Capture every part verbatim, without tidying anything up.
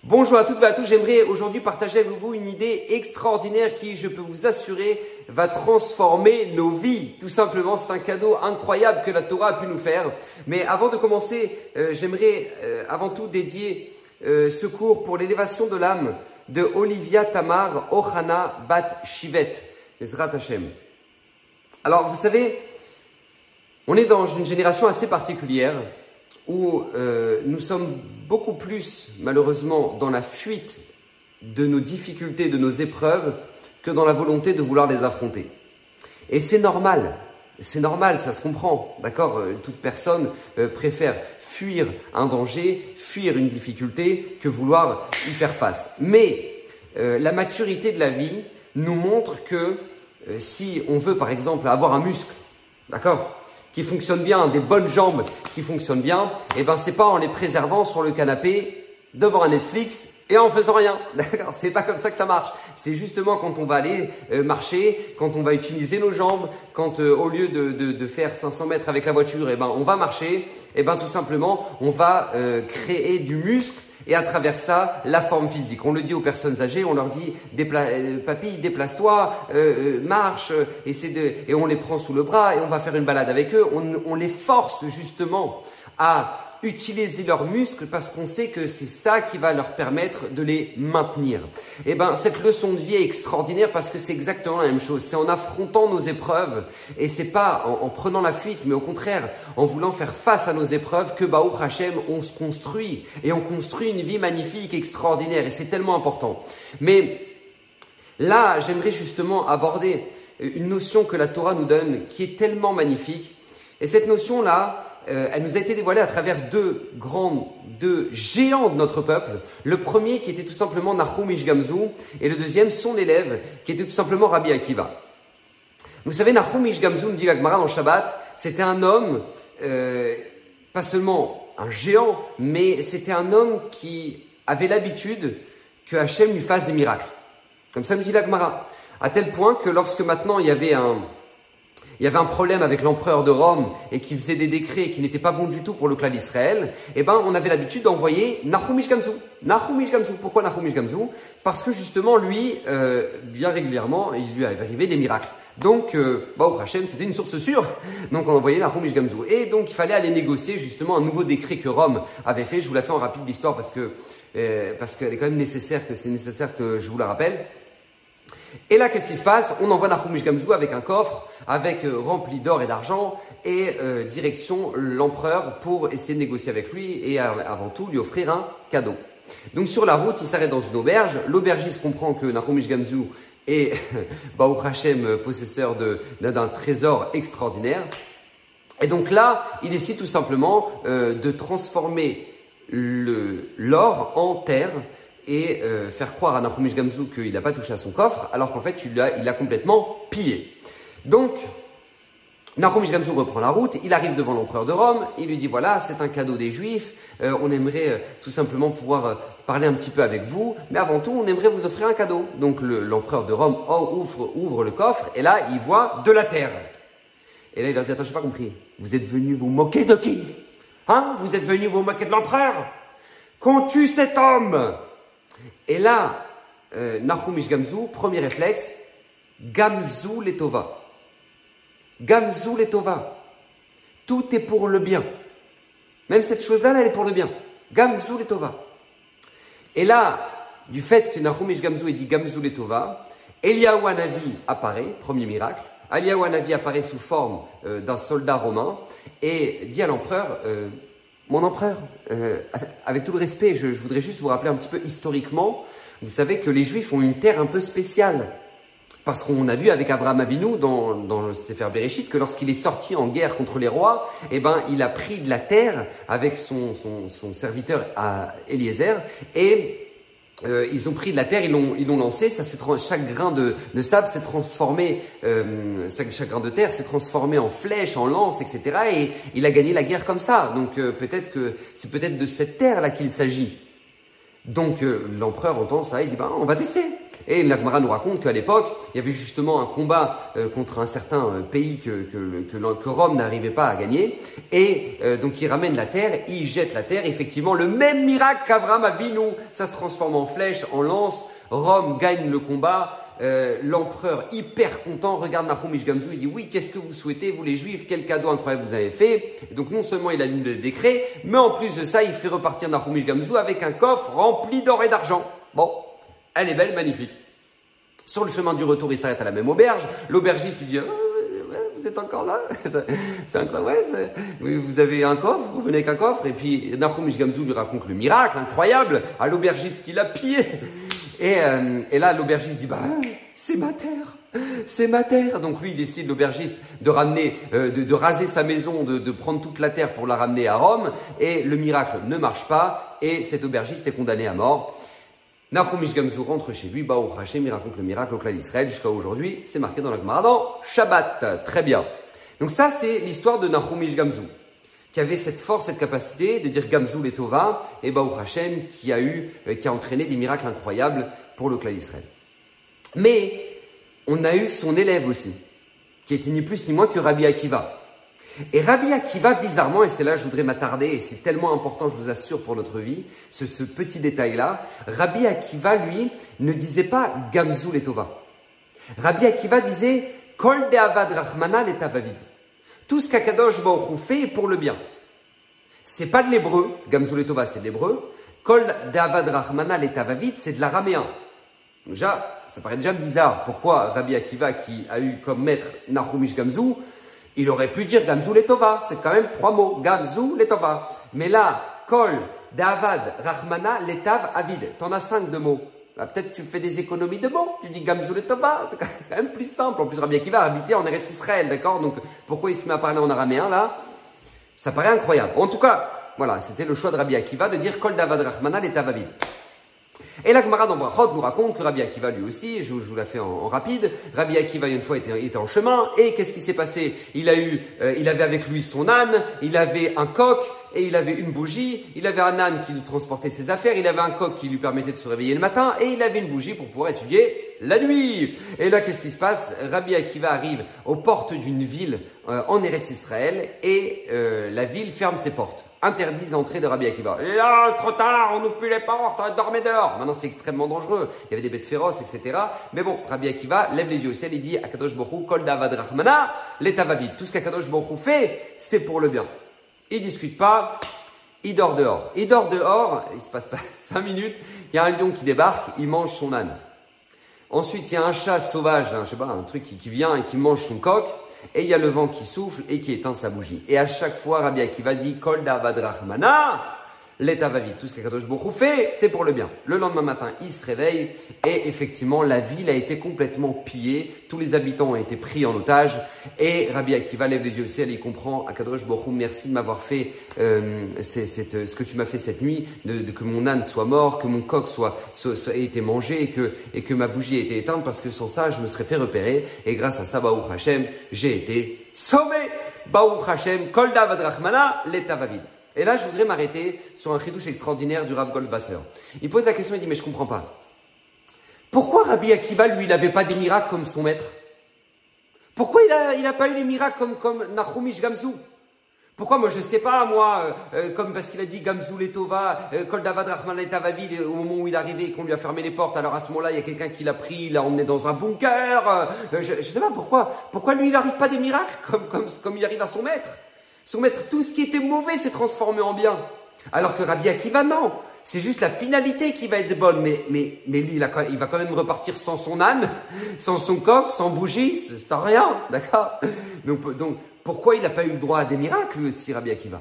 Bonjour à toutes et à tous, j'aimerais aujourd'hui partager avec vous une idée extraordinaire qui, je peux vous assurer, va transformer nos vies. Tout simplement, c'est un cadeau incroyable que la Torah a pu nous faire. Mais avant de commencer, euh, j'aimerais euh, avant tout dédier euh, ce cours pour l'élévation de l'âme de Olivia Tamar Ohana Bat Shivet, Ezrat Hashem. Alors, vous savez, on est dans une génération assez particulière où euh, nous sommes beaucoup plus, malheureusement, dans la fuite de nos difficultés, de nos épreuves, que dans la volonté de vouloir les affronter. Et c'est normal, c'est normal, ça se comprend, d'accord ? euh, Toute personne euh, préfère fuir un danger, fuir une difficulté, que vouloir y faire face. Mais euh, la maturité de la vie nous montre que euh, si on veut, par exemple, avoir un muscle, d'accord ? qui fonctionne bien, des bonnes jambes qui fonctionnent bien, et ben c'est pas en les préservant sur le canapé devant un Netflix et en faisant rien. D'accord ? C'est pas comme ça que ça marche. C'est justement quand on va aller euh, marcher, quand on va utiliser nos jambes, quand euh, au lieu de, de, de faire cinq cents mètres avec la voiture, et ben on va marcher, et ben tout simplement on va euh, créer du muscle. Et à travers ça, la forme physique. On le dit aux personnes âgées, on leur dit Dépla euh, « Papy, déplace-toi, euh, euh, marche euh, », et, de, et on les prend sous le bras et on va faire une balade avec eux. On, on les force justement à utiliser leurs muscles parce qu'on sait que c'est ça qui va leur permettre de les maintenir. Et ben cette leçon de vie est extraordinaire parce que c'est exactement la même chose. C'est en affrontant nos épreuves et c'est pas en, en prenant la fuite, mais au contraire en voulant faire face à nos épreuves que Baruch Hashem on se construit et on construit une vie magnifique, extraordinaire et c'est tellement important. Mais là, j'aimerais justement aborder une notion que la Torah nous donne qui est tellement magnifique et cette notion-là, Euh, elle nous a été dévoilée à travers deux grands, deux géants de notre peuple. Le premier qui était tout simplement Nahum Ish Gamzu et le deuxième, son élève, qui était tout simplement Rabbi Akiva. Vous savez, Nahum Ish Gamzu, nous dit la Gemara dans Shabbat, c'était un homme, euh, pas seulement un géant, mais c'était un homme qui avait l'habitude que Hachem lui fasse des miracles. Comme ça nous dit la Gemara. À tel point que lorsque maintenant il y avait un... il y avait un problème avec l'empereur de Rome et qui faisait des décrets qui n'étaient pas bons du tout pour le clan d'Israël, eh ben, on avait l'habitude d'envoyer Nahum Ish Gamzu. Nahum Ish Gamzu. Pourquoi Nahum Ish Gamzu ? Parce que justement, lui, euh, bien régulièrement, il lui avait arrivé des miracles. Donc, euh, bah, au Hachem, c'était une source sûre. Donc, on envoyait Nahum Ish Gamzu. Et donc, il fallait aller négocier justement un nouveau décret que Rome avait fait. Je vous la fais en rapide l'histoire parce que, euh, parce qu'elle est quand même nécessaire, que c'est nécessaire que je vous la rappelle. Et là, qu'est-ce qui se passe ? On envoie Nahum Ish Gamzu avec un coffre, avec euh, rempli d'or et d'argent, et euh, direction l'empereur pour essayer de négocier avec lui et euh, avant tout lui offrir un cadeau. Donc sur la route, il s'arrête dans une auberge. L'aubergiste comprend que Nahum Ish Gamzu est Baruch Hashem, possesseur d'un trésor extraordinaire. Et donc là, il décide tout simplement euh, de transformer l'or en terre et euh, faire croire à Nahum Ish Gamzu qu'il n'a pas touché à son coffre, alors qu'en fait, il l'a il complètement pillé. Donc, Nahum Ish Gamzu reprend la route, il arrive devant l'empereur de Rome, il lui dit voilà, c'est un cadeau des Juifs, euh, on aimerait euh, tout simplement pouvoir euh, parler un petit peu avec vous, mais avant tout, on aimerait vous offrir un cadeau. Donc, l'empereur le, de Rome oh, ouvre, ouvre le coffre, et là, il voit de la terre. Et là, il leur dit attends, je n'ai pas compris, vous êtes venu vous moquer de qui ? Hein ? Vous êtes venu vous moquer de l'empereur ? Qu'on tue cet homme ! Et là, euh, Nahum Ish Gamzu, premier réflexe, Gamzu letova. Gamzu letova. Tout est pour le bien. Même cette chose-là, elle est pour le bien. Gamzu letova. Et là, du fait que Nahum Ish Gamzu ait dit Gamzu letova, Eliyahu Hanavi apparaît, premier miracle. Eliyahu Hanavi apparaît sous forme euh, d'un soldat romain et dit à l'empereur euh, Mon empereur, euh, avec tout le respect, je, je voudrais juste vous rappeler un petit peu historiquement, vous savez que les Juifs ont une terre un peu spéciale. Parce qu'on a vu avec Avraham Avinu dans, dans le Sefer Bereshit que lorsqu'il est sorti en guerre contre les rois, eh ben, il a pris de la terre avec son, son, son serviteur à Eliezer et Euh, ils ont pris de la terre, ils l'ont ils l'ont lancé, ça s'est chaque grain de, de sable s'est transformé, euh, chaque, chaque grain de terre s'est transformé en flèche, en lance, et cetera. Et il a gagné la guerre comme ça. Donc euh, peut-être que c'est peut-être de cette terre là qu'il s'agit. Donc euh, l'empereur entend ça, il dit bah, on va tester. Et la Gemara nous raconte qu'à l'époque, il y avait justement un combat euh, contre un certain euh, pays que, que, que, que Rome n'arrivait pas à gagner. Et euh, donc il ramène la terre, il jette la terre. Effectivement, le même miracle qu'Abraham Avinu, ça se transforme en flèche, en lance. Rome gagne le combat. Euh, l'empereur hyper content regarde Nahum Ish Gamzu, il dit oui, qu'est-ce que vous souhaitez vous les juifs, quel cadeau incroyable vous avez fait. Et donc non seulement il annule le décret, mais en plus de ça il fait repartir Nahum Ish Gamzu avec un coffre rempli d'or et d'argent. Bon, elle est belle, magnifique. Sur le chemin du retour il s'arrête à la même auberge, l'aubergiste lui dit ah, vous êtes encore là, c'est incroyable, ouais, vous avez un coffre, vous venez avec un coffre. Et puis Nahum Ish Gamzu lui raconte le miracle incroyable à l'aubergiste qui l'a pillé. Et, euh, et là, l'aubergiste dit, bah, c'est ma terre, c'est ma terre. Donc lui, il décide, l'aubergiste, de ramener, euh, de, de raser sa maison, de, de prendre toute la terre pour la ramener à Rome. Et le miracle ne marche pas. Et cet aubergiste est condamné à mort. Nahum Ish Gamzu rentre chez lui, Baruch Hashem, il raconte le miracle au clan d'Israël. Jusqu'à aujourd'hui, c'est marqué dans la Gemara dans Shabbat. Très bien. Donc ça, c'est l'histoire de Nahum Ish Gamzu, qui avait cette force, cette capacité de dire Gamzu les Tova, et Baruch Hashem, qui a eu, euh, qui a entraîné des miracles incroyables pour le clan d'Israël. Mais, on a eu son élève aussi, qui était ni plus ni moins que Rabbi Akiva. Et Rabbi Akiva, bizarrement, et c'est là que je voudrais m'attarder, et c'est tellement important, je vous assure, pour notre vie, ce, ce petit détail-là, Rabbi Akiva, lui, ne disait pas Gamzu les Tova. Rabbi Akiva disait Kol de'avad Rahmana le Tavavid. Tout ce qu'Akadosh Baruch Hu fait est pour le bien. C'est pas de l'hébreu, Gamzu le Tova, c'est de l'hébreu. Kol de'avad Rahmana le Tavavid, c'est de l'araméen. Déjà, ça paraît déjà bizarre. Pourquoi Rabbi Akiva, qui a eu comme maître Nahum Ish Gamzu, il aurait pu dire Gamzu le Tova. C'est quand même trois mots, Gamzu le Tova. Mais là, Kol de'avad Rahmana le Tavavid. T'en as cinq de mots. Bah, peut-être tu fais des économies de mots, tu dis Gamzu le Tova, c'est quand même plus simple. En plus, Rabbi Akiva a habité en Eretz Israël, d'accord? Donc, pourquoi il se met à parler en araméen là? Ça paraît incroyable. En tout cas, voilà, c'était le choix de Rabbi Akiva de dire Kol de'avad Rahmana le Tavavid. Et la Gemara dans Brachot nous raconte que Rabbi Akiva lui aussi, je, je vous la fais en, en rapide, Rabbi Akiva une fois était, était en chemin, et qu'est-ce qui s'est passé? Il a eu, euh, il avait avec lui son âne, il avait un coq, et il avait une bougie, il avait un âne qui lui transportait ses affaires, il avait un coq qui lui permettait de se réveiller le matin, et il avait une bougie pour pouvoir étudier la nuit. Et là, qu'est-ce qui se passe? Rabbi Akiva arrive aux portes d'une ville euh, en Eretz Israël, et euh, la ville ferme ses portes. Interdisent l'entrée de Rabbi Akiva. Et là, trop tard, on n'ouvre plus les portes, dormez dehors. Maintenant, c'est extrêmement dangereux. Il y avait des bêtes féroces, et cetera. Mais bon, Rabbi Akiva lève les yeux au ciel et dit Akadosh Baruch Hu, Kol de'avad Rahmana, le Tavavid. Tout ce qu'Akadosh Baruch Hu fait, c'est pour le bien. Il discute pas, il dort dehors. Il dort dehors, il se passe pas cinq minutes, il y a un lion qui débarque, il mange son âne. Ensuite, il y a un chat sauvage, hein, je sais pas, un truc qui, qui vient et qui mange son coq. Et il y a le vent qui souffle et qui éteint sa bougie. Et à chaque fois, Rabbi Akiva dit Kol de'avad Rahmana le Tavavid. Tout ce qu'Akadosh Baruch Hu fait, c'est pour le bien. Le lendemain matin, il se réveille et effectivement, la ville a été complètement pillée. Tous les habitants ont été pris en otage. Et Rabbi Akiva lève les yeux au ciel et il comprend Akadosh Baruch Hu, merci de m'avoir fait euh, c'est, c'est, ce que tu m'as fait cette nuit, de, de, que mon âne soit mort, que mon coq soit, soit, soit ait été mangé et que, et que ma bougie ait été éteinte parce que sans ça, je me serais fait repérer. Et grâce à ça, Baruch Hashem, j'ai été sauvé. Baruch Hashem, Kol de'avad Rahmana le Tavavid. Et là, je voudrais m'arrêter sur un chidouche extraordinaire du Rav Goldwasser. Il pose la question, il dit, mais je comprends pas. Pourquoi Rabbi Akiva, lui, il n'avait pas des miracles comme son maître? Pourquoi il a, il a pas eu les miracles comme, comme Nahum Ish Gamzu? Pourquoi, moi, je sais pas, moi, euh, comme parce qu'il a dit Gamzu le Tova, euh, Kol de'avad Rahmana le Tavavid, au moment où il est arrivé et qu'on lui a fermé les portes, alors à ce moment-là, il y a quelqu'un qui l'a pris, il l'a emmené dans un bunker. Euh, je, je sais pas pourquoi. Pourquoi lui, il n'arrive pas des miracles comme, comme, comme il arrive à son maître? Son maître, tout ce qui était mauvais s'est transformé en bien. Alors que Rabbi Akiva, non. C'est juste la finalité qui va être bonne. Mais, mais, mais lui, il, a, il va quand même repartir sans son âne, sans son coq, sans bougie, sans rien. D'accord? Donc, donc, pourquoi il n'a pas eu le droit à des miracles, lui aussi, Rabbi Akiva?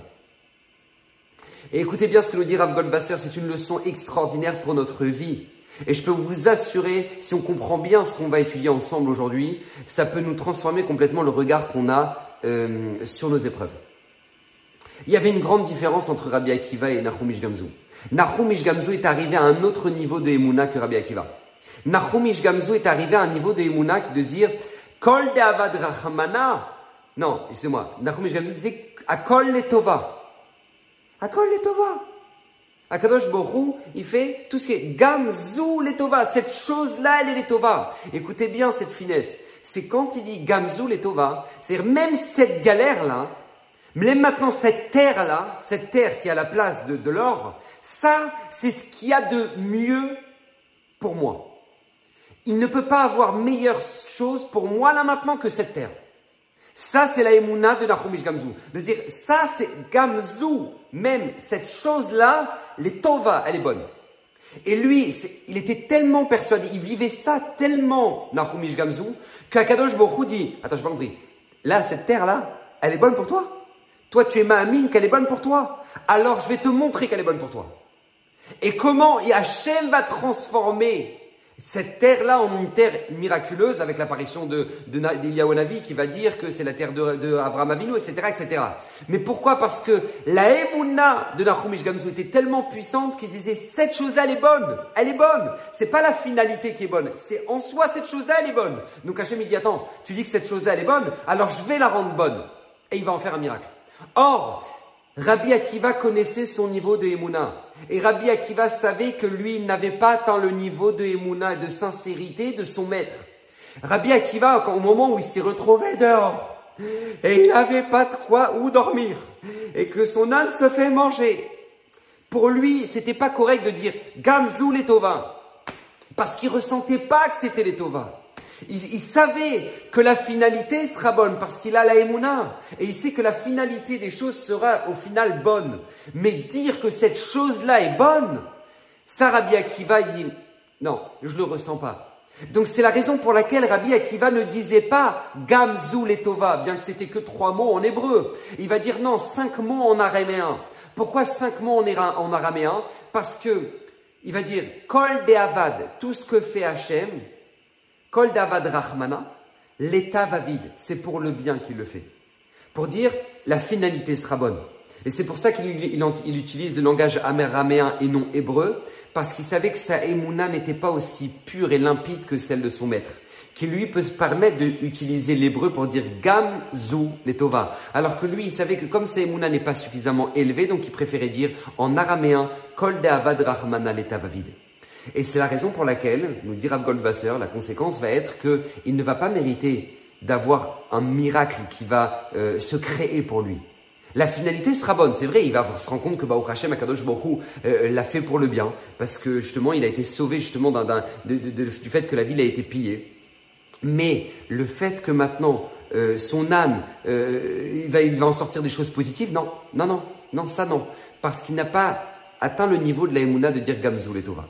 Et écoutez bien ce que nous dit Rav Goldwasser, c'est une leçon extraordinaire pour notre vie. Et je peux vous assurer, si on comprend bien ce qu'on va étudier ensemble aujourd'hui, ça peut nous transformer complètement le regard qu'on a euh, sur nos épreuves. Il y avait une grande différence entre Rabbi Akiva et Nahum Ish Gamzu. Nahum Ish Gamzu est arrivé à un autre niveau de Emouna que Rabbi Akiva. Nahum Ish Gamzu est arrivé à un niveau de Emouna de dire Kol de'avad Rahmana. Non, excusez-moi. Nahum Ish Gamzu disait Akol le Tova. Akol le Tova. Akadosh Baruch Hu, il fait tout ce qui est Gamzou Letova. Cette chose-là, elle est Letova. Écoutez bien cette finesse. C'est quand il dit Gamzou Letova, c'est-à-dire même cette galère-là, même maintenant cette terre-là, cette terre qui est à la place de, de l'or, ça, c'est ce qu'il y a de mieux pour moi. Il ne peut pas avoir meilleure chose pour moi là maintenant que cette terre. Ça, c'est la émouna de Nahum Ish Gamzou. De dire, ça, c'est Gamzou. Même cette chose-là, les Tova, elle est bonne. Et lui, il était tellement persuadé, il vivait ça tellement, Nahum Ish Gamzou, qu'Akadosh Baruch Hu dit, attends, je n'ai pas compris. Là, cette terre-là, elle est bonne pour toi. Toi, tu es ma'amine qu'elle est bonne pour toi. Alors, je vais te montrer qu'elle est bonne pour toi. Et comment Hachem va transformer cette terre-là en une terre miraculeuse avec l'apparition de, de, d'Eliyahu Hanavi qui va dire que c'est la terre de, de Abraham Avinu, et cetera, et cetera. Mais pourquoi? Parce que la émouna de Nahum Ish Gamzou était tellement puissante qu'il disait cette chose-là, elle est bonne, elle est bonne. C'est pas la finalité qui est bonne, c'est en soi cette chose-là, elle est bonne. Donc Hachem il dit attends, tu dis que cette chose-là elle est bonne, alors je vais la rendre bonne et il va en faire un miracle. Or, Rabbi Akiva connaissait son niveau de émouna. Et Rabbi Akiva savait que lui, il n'avait pas atteint le niveau de émouna et de sincérité de son maître. Rabbi Akiva, au moment où il s'est retrouvé dehors, et il n'avait pas de quoi où dormir, et que son âne se fait manger, pour lui, c'était pas correct de dire Gamzou les Tova, parce qu'il ressentait pas que c'était les Tova. Il, il savait que la finalité sera bonne parce qu'il a la émouna. Et il sait que la finalité des choses sera au final bonne. Mais dire que cette chose-là est bonne, ça Rabbi Akiva il dit non, je le ressens pas. Donc c'est la raison pour laquelle Rabbi Akiva ne disait pas Gamzou letova, bien que c'était que trois mots en hébreu. Il va dire non, cinq mots en araméen. Pourquoi cinq mots en, en araméen? Parce que il va dire Kol de'avad, tout ce que fait Hachem. Kol d'avad Rahmana, l'état va vide, c'est pour le bien qu'il le fait. Pour dire, la finalité sera bonne. Et c'est pour ça qu'il il, il utilise le langage araméen et non hébreu, parce qu'il savait que sa émouna n'était pas aussi pure et limpide que celle de son maître, qui lui peut se permettre d'utiliser l'hébreu pour dire Gamzou letova. Alors que lui, il savait que comme sa émouna n'est pas suffisamment élevée, donc il préférait dire en araméen Kol d'avad Rahmana, l'état va vide. Et c'est la raison pour laquelle, nous dit Rav Goldwasser, la conséquence va être qu'il ne va pas mériter d'avoir un miracle qui va euh, se créer pour lui. La finalité sera bonne, c'est vrai, il va se rendre compte que Baruch Hashem, Akadosh Baruch Hu, euh, l'a fait pour le bien, parce que justement, il a été sauvé justement d'un, d'un, de, de, de, du fait que la ville a été pillée. Mais le fait que maintenant, euh, son âne, euh, il, va, il va en sortir des choses positives, non, non, non, non, ça non, parce qu'il n'a pas atteint le niveau de la émouna de dire Gamzou letova.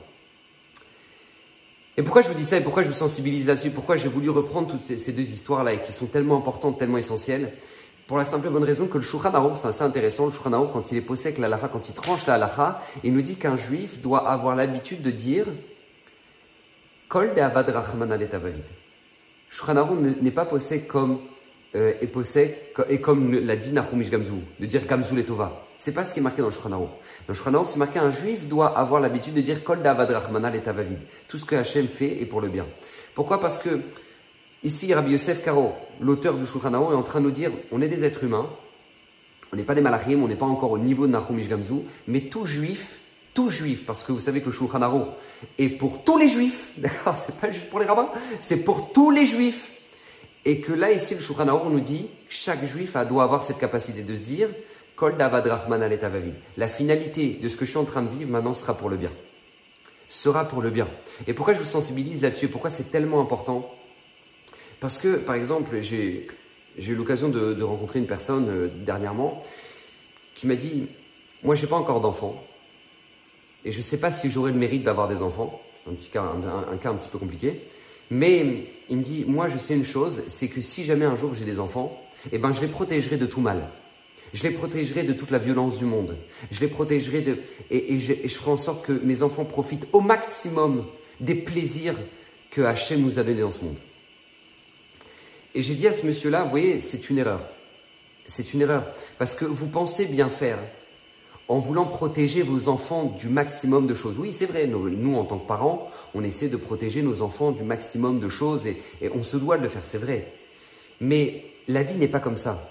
Et pourquoi je vous dis ça et pourquoi je vous sensibilise là-dessus? Pourquoi j'ai voulu reprendre toutes ces, ces deux histoires-là et qui sont tellement importantes, tellement essentielles? Pour la simple et bonne raison que le Shulchan Aruch, c'est assez intéressant. Le Shulchan Aruch, quand il est posé la halakha, quand il tranche la halakha, il nous dit qu'un juif doit avoir l'habitude de dire Kol de'avad Rahmana l'état va vide. Le Shulchan Aruch n'est pas posé comme euh, et posé et comme l'a dit Nahum Ish Gamzou, de dire Gamzou letova. C'est pas ce qui est marqué dans le Shulchan Aruch. Dans le Shulchan Aruch, c'est marqué un juif doit avoir l'habitude de dire Kol d'avad Rahmana l'état va vide. Tout ce que Hachem fait est pour le bien. Pourquoi? Parce que ici, Rabbi Yosef Karo, l'auteur du Shulchan Aruch, est en train de nous dire on est des êtres humains, on n'est pas des malachim, on n'est pas encore au niveau de Nahum Ish Gamzou, mais tout juif, tout juif, parce que vous savez que le Shulchan Aruch est pour tous les juifs, d'accord? C'est pas juste pour les rabbins, c'est pour tous les juifs. Et que là, ici, le Shulchan Aruch nous dit chaque juif doit avoir cette capacité de se dire Kol d'avad Rahmana l'état va vide. La finalité de ce que je suis en train de vivre maintenant sera pour le bien. Sera pour le bien. Et pourquoi je vous sensibilise là-dessus? Pourquoi c'est tellement important? Parce que, par exemple, j'ai, j'ai eu l'occasion de, de rencontrer une personne euh, dernièrement qui m'a dit moi, je n'ai pas encore d'enfants et je ne sais pas si j'aurai le mérite d'avoir des enfants. C'est un, petit cas, un, un, un cas un petit peu compliqué. Mais il me dit moi, je sais une chose, c'est que si jamais un jour j'ai des enfants, eh ben, je les protégerai de tout mal. Je les protégerai de toute la violence du monde. Je les protégerai de... Et, et, je, et je ferai en sorte que mes enfants profitent au maximum des plaisirs que Hachem nous a donnés dans ce monde. Et j'ai dit à ce monsieur-là, vous voyez, c'est une erreur. C'est une erreur. Parce que vous pensez bien faire en voulant protéger vos enfants du maximum de choses. Oui, c'est vrai, nous, nous, en tant que parents, on essaie de protéger nos enfants du maximum de choses et, et on se doit de le faire, c'est vrai. Mais la vie n'est pas comme ça.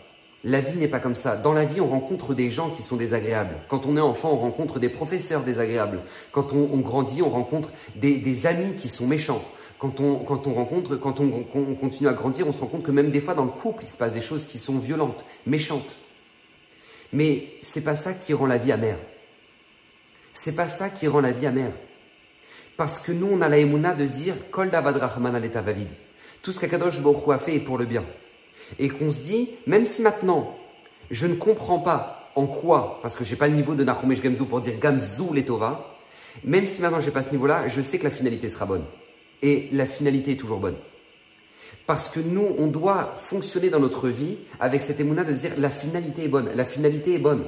La vie n'est pas comme ça. Dans la vie, on rencontre des gens qui sont désagréables. Quand on est enfant, on rencontre des professeurs désagréables. Quand on, on grandit, on rencontre des, des amis qui sont méchants. Quand on, quand on rencontre, quand on, on continue à grandir, on se rend compte que même des fois dans le couple, il se passe des choses qui sont violentes, méchantes. Mais c'est pas ça qui rend la vie amère. C'est pas ça qui rend la vie amère. Parce que nous, on a la émouna de se dire « Kol davad rachman aleta vavid ». Tout ce qu'Akadosh Baruch Hu a fait est pour le bien. Et qu'on se dit, même si maintenant, je ne comprends pas en quoi, parce que je n'ai pas le niveau de Nachumesh Gamzou pour dire Gamzou Letova, même si maintenant je n'ai pas ce niveau-là, je sais que la finalité sera bonne. Et la finalité est toujours bonne. Parce que nous, on doit fonctionner dans notre vie avec cette émouna de se dire la finalité est bonne, la finalité est bonne.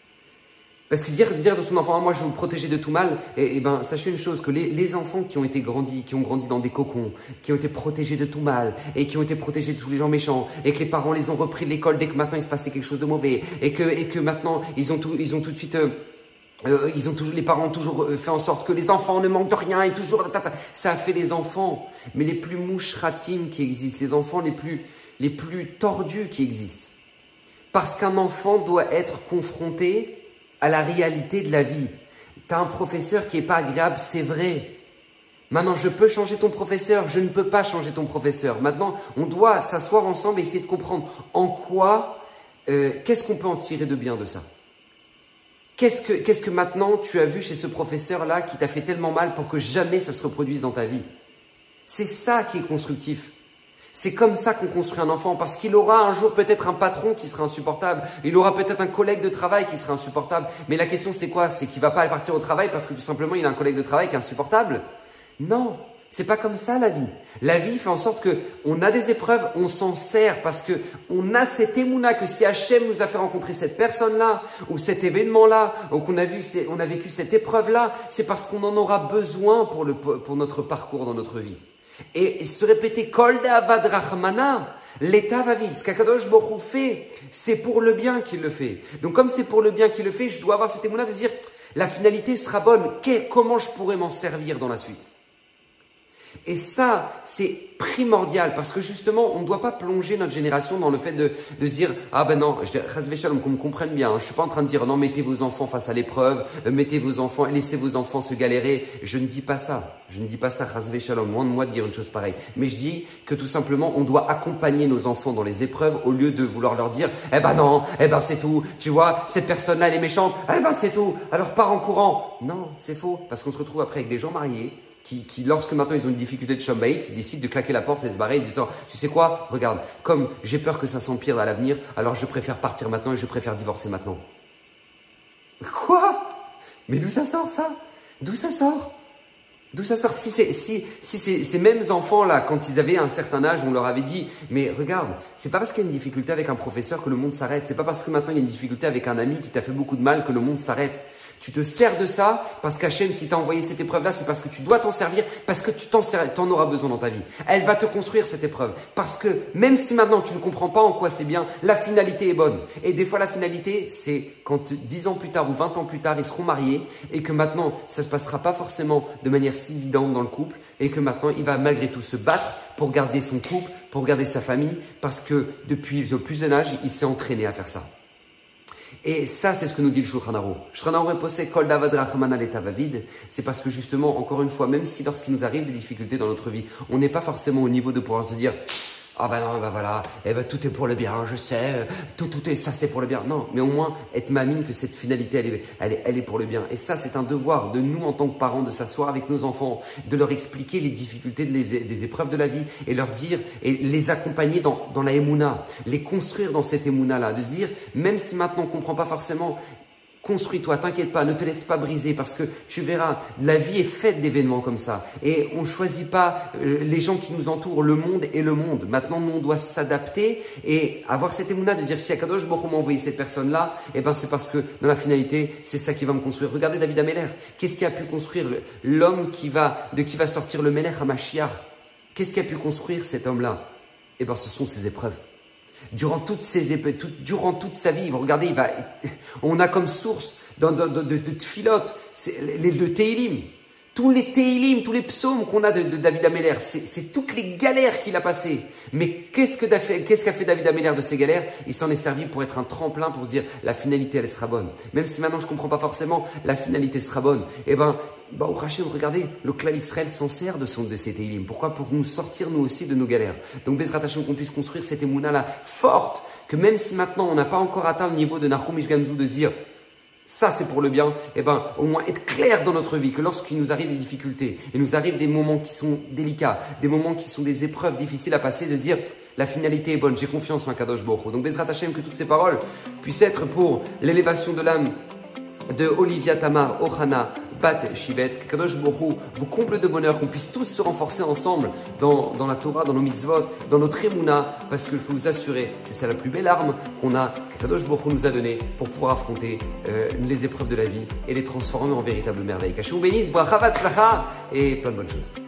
Parce que dire, dire de son enfant, ah, moi je vais vous protéger de tout mal, et, et ben sachez une chose, que les, les enfants qui ont été grandis, qui ont grandi dans des cocons, qui ont été protégés de tout mal, et qui ont été protégés de tous les gens méchants, et que les parents les ont repris de l'école dès que maintenant il se passait quelque chose de mauvais, et que, et que maintenant ils ont tout, ils ont tout de suite, euh, euh, ils ont toujours, les parents ont toujours fait en sorte que les enfants ne manquent de rien, et toujours, ça a fait les enfants, mais les plus mouchratim qui existent, les enfants les plus, les plus tordus qui existent. Parce qu'un enfant doit être confronté à la réalité de la vie. Tu as un professeur qui n'est pas agréable, c'est vrai. Maintenant, je peux changer ton professeur, je ne peux pas changer ton professeur. Maintenant, on doit s'asseoir ensemble et essayer de comprendre en quoi, euh, qu'est-ce qu'on peut en tirer de bien de ça. Qu'est-ce que, qu'est-ce que maintenant tu as vu chez ce professeur-là qui t'a fait tellement mal pour que jamais ça se reproduise dans ta vie. C'est ça qui est constructif. C'est comme ça qu'on construit un enfant, parce qu'il aura un jour peut-être un patron qui sera insupportable, il aura peut-être un collègue de travail qui sera insupportable, mais la question c'est quoi? C'est qu'il ne va pas partir au travail parce que tout simplement il a un collègue de travail qui est insupportable? Non, c'est pas comme ça la vie. La vie fait en sorte qu'on a des épreuves, on s'en sert parce qu'on a cette émouna que si Hachem nous a fait rencontrer cette personne-là, ou cet événement-là, ou qu'on a, vu, on a vécu cette épreuve-là, c'est parce qu'on en aura besoin pour, le, pour notre parcours dans notre vie. Et se répéter Kol davad rachmana, l'état va vite. Ce qu'Akadosh Baruch Hu fait, c'est pour le bien qu'il le fait. Donc comme c'est pour le bien qu'il le fait, je dois avoir cette émouna de dire la finalité sera bonne. Comment je pourrais m'en servir dans la suite? Et ça, c'est primordial parce que justement, on ne doit pas plonger notre génération dans le fait de, de se dire « Ah ben non, je dis, Chas v'Shalom, qu'on me comprenne bien, hein, je ne suis pas en train de dire « Non, mettez vos enfants face à l'épreuve, euh, mettez vos enfants, laissez vos enfants se galérer. » Je ne dis pas ça. Je ne dis pas ça, Chas v'Shalom, loin de moi de dire une chose pareille. Mais je dis que tout simplement, on doit accompagner nos enfants dans les épreuves au lieu de vouloir leur dire « Eh ben non, eh ben c'est tout. Tu vois, cette personne-là, elle est méchante. Eh ben c'est tout. Alors pars en courant. » Non, c'est faux parce qu'on se retrouve après avec des gens mariés Qui, qui, lorsque maintenant ils ont une difficulté de Shabbat, ils décident de claquer la porte et se barrer, disant, tu sais quoi, regarde, comme j'ai peur que ça s'empire à l'avenir, alors je préfère partir maintenant et je préfère divorcer maintenant. Quoi? Mais d'où ça sort ça? D'où ça sort? D'où ça sort? Si, c'est, si, si c'est, ces mêmes enfants-là, quand ils avaient un certain âge, on leur avait dit, mais regarde, c'est pas parce qu'il y a une difficulté avec un professeur que le monde s'arrête, c'est pas parce que maintenant il y a une difficulté avec un ami qui t'a fait beaucoup de mal que le monde s'arrête. Tu te sers de ça parce qu'Hachem, si t'a envoyé cette épreuve-là, c'est parce que tu dois t'en servir, parce que tu t'en, t'en auras besoin dans ta vie. Elle va te construire cette épreuve. Parce que même si maintenant tu ne comprends pas en quoi c'est bien, la finalité est bonne. Et des fois, la finalité, c'est quand dix ans plus tard ou vingt ans plus tard, ils seront mariés et que maintenant, ça se passera pas forcément de manière si évidente dans le couple et que maintenant, il va malgré tout se battre pour garder son couple, pour garder sa famille, parce que depuis le plus jeune âge, il s'est entraîné à faire ça. Et ça, c'est ce que nous dit le Shulchan Aruch. Shulchan Aruch possède Kol davad rachmana l'état va vide. C'est parce que justement, encore une fois, même si lorsqu'il nous arrive des difficultés dans notre vie, on n'est pas forcément au niveau de pouvoir se dire ah ben non, ben voilà, eh ben tout est pour le bien, je sais, tout, tout est, ça c'est pour le bien. Non, mais au moins, être mamine que cette finalité, elle est, elle est, elle est pour le bien. Et ça, c'est un devoir de nous en tant que parents, de s'asseoir avec nos enfants, de leur expliquer les difficultés des, des épreuves de la vie et leur dire, et les accompagner dans, dans la émouna, les construire dans cette émouna-là, de se dire, même si maintenant on ne comprend pas forcément, construis-toi, t'inquiète pas, ne te laisse pas briser parce que tu verras, la vie est faite d'événements comme ça et on ne choisit pas euh, les gens qui nous entourent, le monde est le monde. Maintenant, nous, on doit s'adapter et avoir cette émouna de dire si Akadosh Baruch Hu m'a envoyé cette personne-là, eh ben c'est parce que dans la finalité, c'est ça qui va me construire. Regardez David Ameller, qu'est-ce qui a pu construire l'homme qui va, de qui va sortir le Melech HaMashiach? Qu'est-ce qui a pu construire cet homme-là? Eh ben ce sont ses épreuves. Durant toutes ses épées, tout, durant toute sa vie, regardez, il va, on a comme source dans, dans, de, de, de Tfilot, c'est les deux Teilim. tous les Teilim, tous les psaumes qu'on a de, de David Ameller, c'est toutes les galères qu'il a passées. Mais qu'est-ce qu'a fait, qu'est-ce qu'a fait David Ameller de ces galères? Il s'en est servi pour être un tremplin, pour se dire la finalité elle sera bonne. Même si maintenant je comprends pas forcément, la finalité sera bonne. Eh ben, bah au Hachem, regardez, le clan Israël s'en sert de son de ces Teilim. Pourquoi? Pour nous sortir nous aussi de nos galères. Donc Bezrat Hashem, qu'on puisse construire cette émouna là forte, que même si maintenant on n'a pas encore atteint le niveau de Nahum Ishgamzu de se dire ça c'est pour le bien, eh ben, au moins être clair dans notre vie que lorsqu'il nous arrive des difficultés, il nous arrive des moments qui sont délicats, des moments qui sont des épreuves difficiles à passer, de se dire la finalité est bonne, j'ai confiance en Kadosh Baruch Hu. Donc Bezrat Hashem, que toutes ces paroles puissent être pour l'élévation de l'âme de Olivia Tamar Ohana Bat Shivet, que Kadosh Baruch Hu vous comble de bonheur, qu'on puisse tous se renforcer ensemble dans, dans la Torah, dans nos mitzvot, dans notre émouna, parce que je peux vous assurer, c'est ça la plus belle arme qu'on a, que Kadosh Baruch Hu nous a donnée pour pouvoir affronter euh, les épreuves de la vie et les transformer en véritable merveille. Qu'Hashem vous bénisse, bracha vatzlacha et plein de bonnes choses.